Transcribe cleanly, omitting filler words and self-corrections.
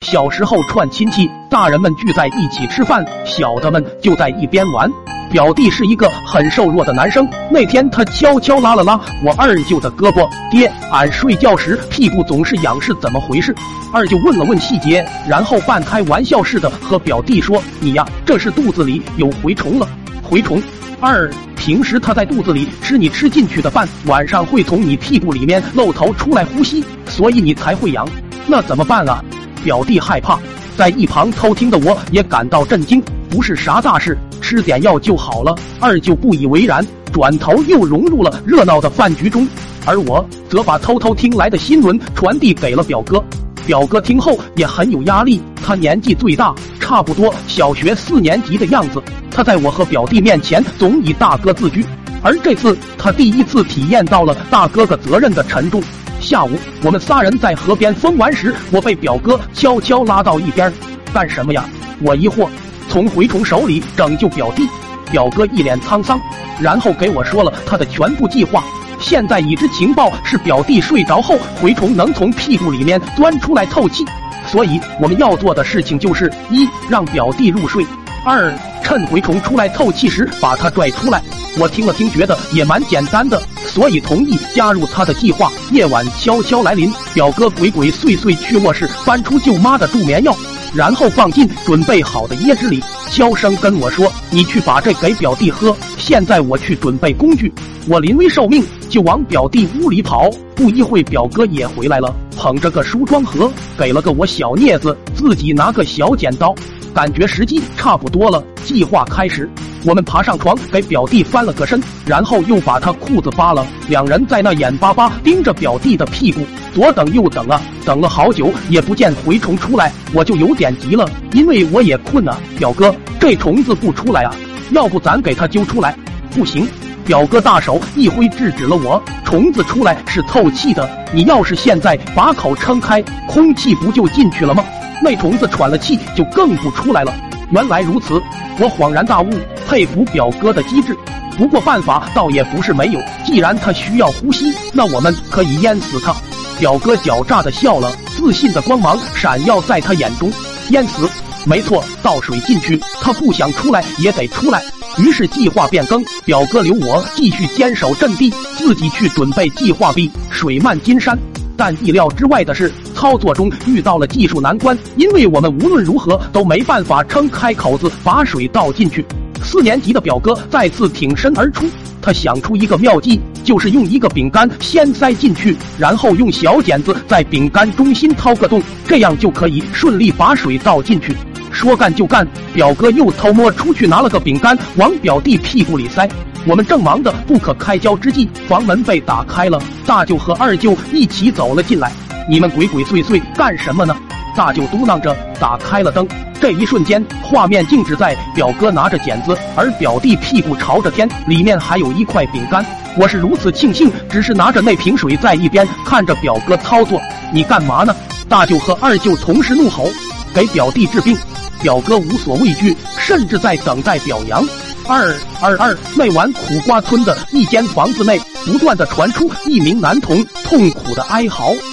小时候串亲戚，大人们聚在一起吃饭，小的们就在一边玩。表弟是一个很瘦弱的男生，那天他悄悄拉了拉我二舅的胳膊，爹，俺睡觉时屁股总是痒，是怎么回事？二舅问了问细节，然后半开玩笑似的和表弟说，你呀，这是肚子里有蛔虫了。蛔虫？二，平时他在肚子里吃你吃进去的饭，晚上会从你屁股里面露头出来呼吸，所以你才会痒。那怎么办啊？表弟害怕，在一旁偷听的我也感到震惊，不是啥大事，吃点药就好了。二舅不以为然，转头又融入了热闹的饭局中，而我则把偷偷听来的新闻传递给了表哥。表哥听后也很有压力，他年纪最大，差不多小学4年级的样子。他在我和表弟面前总以大哥自居，而这次他第一次体验到了大哥哥责任的沉重。下午我们仨人在河边疯玩时，我被表哥悄悄拉到一边。干什么呀？我疑惑。从蛔虫手里拯救表弟。表哥一脸沧桑，然后给我说了他的全部计划。现在已知情报是表弟睡着后，蛔虫能从屁股里面钻出来透气，所以我们要做的事情就是一，让表弟入睡；二，趁蛔虫出来透气时把他拽出来。我听了听，觉得也蛮简单的，所以同意加入他的计划。夜晚悄悄来临，表哥鬼鬼祟祟去卧室翻出舅妈的助眠药，然后放进准备好的椰汁里，悄声跟我说，你去把这给表弟喝，现在我去准备工具。我临危受命就往表弟屋里跑，不一会表哥也回来了，捧着个梳妆盒，给了个我小镊子，自己拿个小剪刀，感觉时机差不多了，计划开始。我们爬上床给表弟翻了个身，然后又把他裤子扒了，两人在那眼巴巴盯着表弟的屁股，左等右等啊，等了好久也不见蛔虫出来，我就有点急了，因为我也困啊。表哥，这虫子不出来啊，要不咱给他揪出来？不行。表哥大手一挥制止了我，虫子出来是透气的，你要是现在把口撑开，空气不就进去了吗？那虫子喘了气就更不出来了。原来如此，我恍然大悟，佩服表哥的机智。不过办法倒也不是没有，既然他需要呼吸，那我们可以淹死他。表哥狡诈的笑了，自信的光芒闪耀在他眼中。淹死？没错，倒水进去，他不想出来也得出来。于是计划变更，表哥留我继续坚守阵地，自己去准备计划 B， 水漫金山。但意料之外的是，操作中遇到了技术难关，因为我们无论如何都没办法撑开口子把水倒进去。4年级的表哥再次挺身而出，他想出一个妙计，就是用一个饼干先塞进去，然后用小剪子在饼干中心掏个洞，这样就可以顺利把水倒进去。说干就干，表哥又偷摸出去拿了个饼干往表弟屁股里塞。我们正忙得不可开交之际，房门被打开了，大舅和二舅一起走了进来。你们鬼鬼祟祟干什么呢？大舅嘟囔着打开了灯。这一瞬间，画面静止在表哥拿着剪子，而表弟屁股朝着天，里面还有一块饼干。我是如此庆幸，只是拿着那瓶水在一边看着表哥操作。你干嘛呢？大舅和二舅同时怒吼。给表弟治病。表哥无所畏惧，甚至在等待表扬。那晚苦瓜村的一间房子内，不断的传出一名男童痛苦的哀嚎。